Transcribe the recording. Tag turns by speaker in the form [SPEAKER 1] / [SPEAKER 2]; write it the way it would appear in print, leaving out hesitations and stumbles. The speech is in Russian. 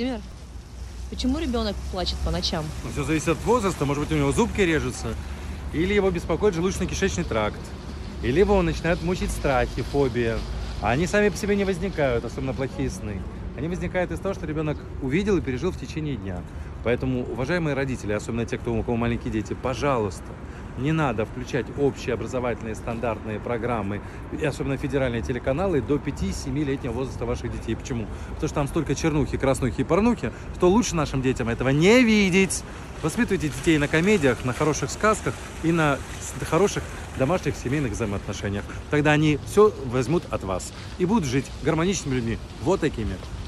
[SPEAKER 1] Владимир, почему ребенок плачет по ночам?
[SPEAKER 2] Ну, все зависит от возраста. Может быть, у него зубки режутся, или его беспокоит желудочно-кишечный тракт, или его начинают мучить страхи, фобия. А они сами по себе не возникают, особенно плохие сны. Они возникают из того, что ребенок увидел и пережил в течение дня. Поэтому, уважаемые родители, особенно те, у кого маленькие дети, пожалуйста, не надо включать общие образовательные стандартные программы, и особенно федеральные телеканалы, до 5-7-летнего возраста ваших детей. Почему? Потому что там столько чернухи, краснухи и порнухи, что лучше нашим детям этого не видеть. Воспитывайте детей на комедиях, на хороших сказках и на хороших домашних семейных взаимоотношениях. Тогда они все возьмут от вас и будут жить гармоничными людьми. Вот такими.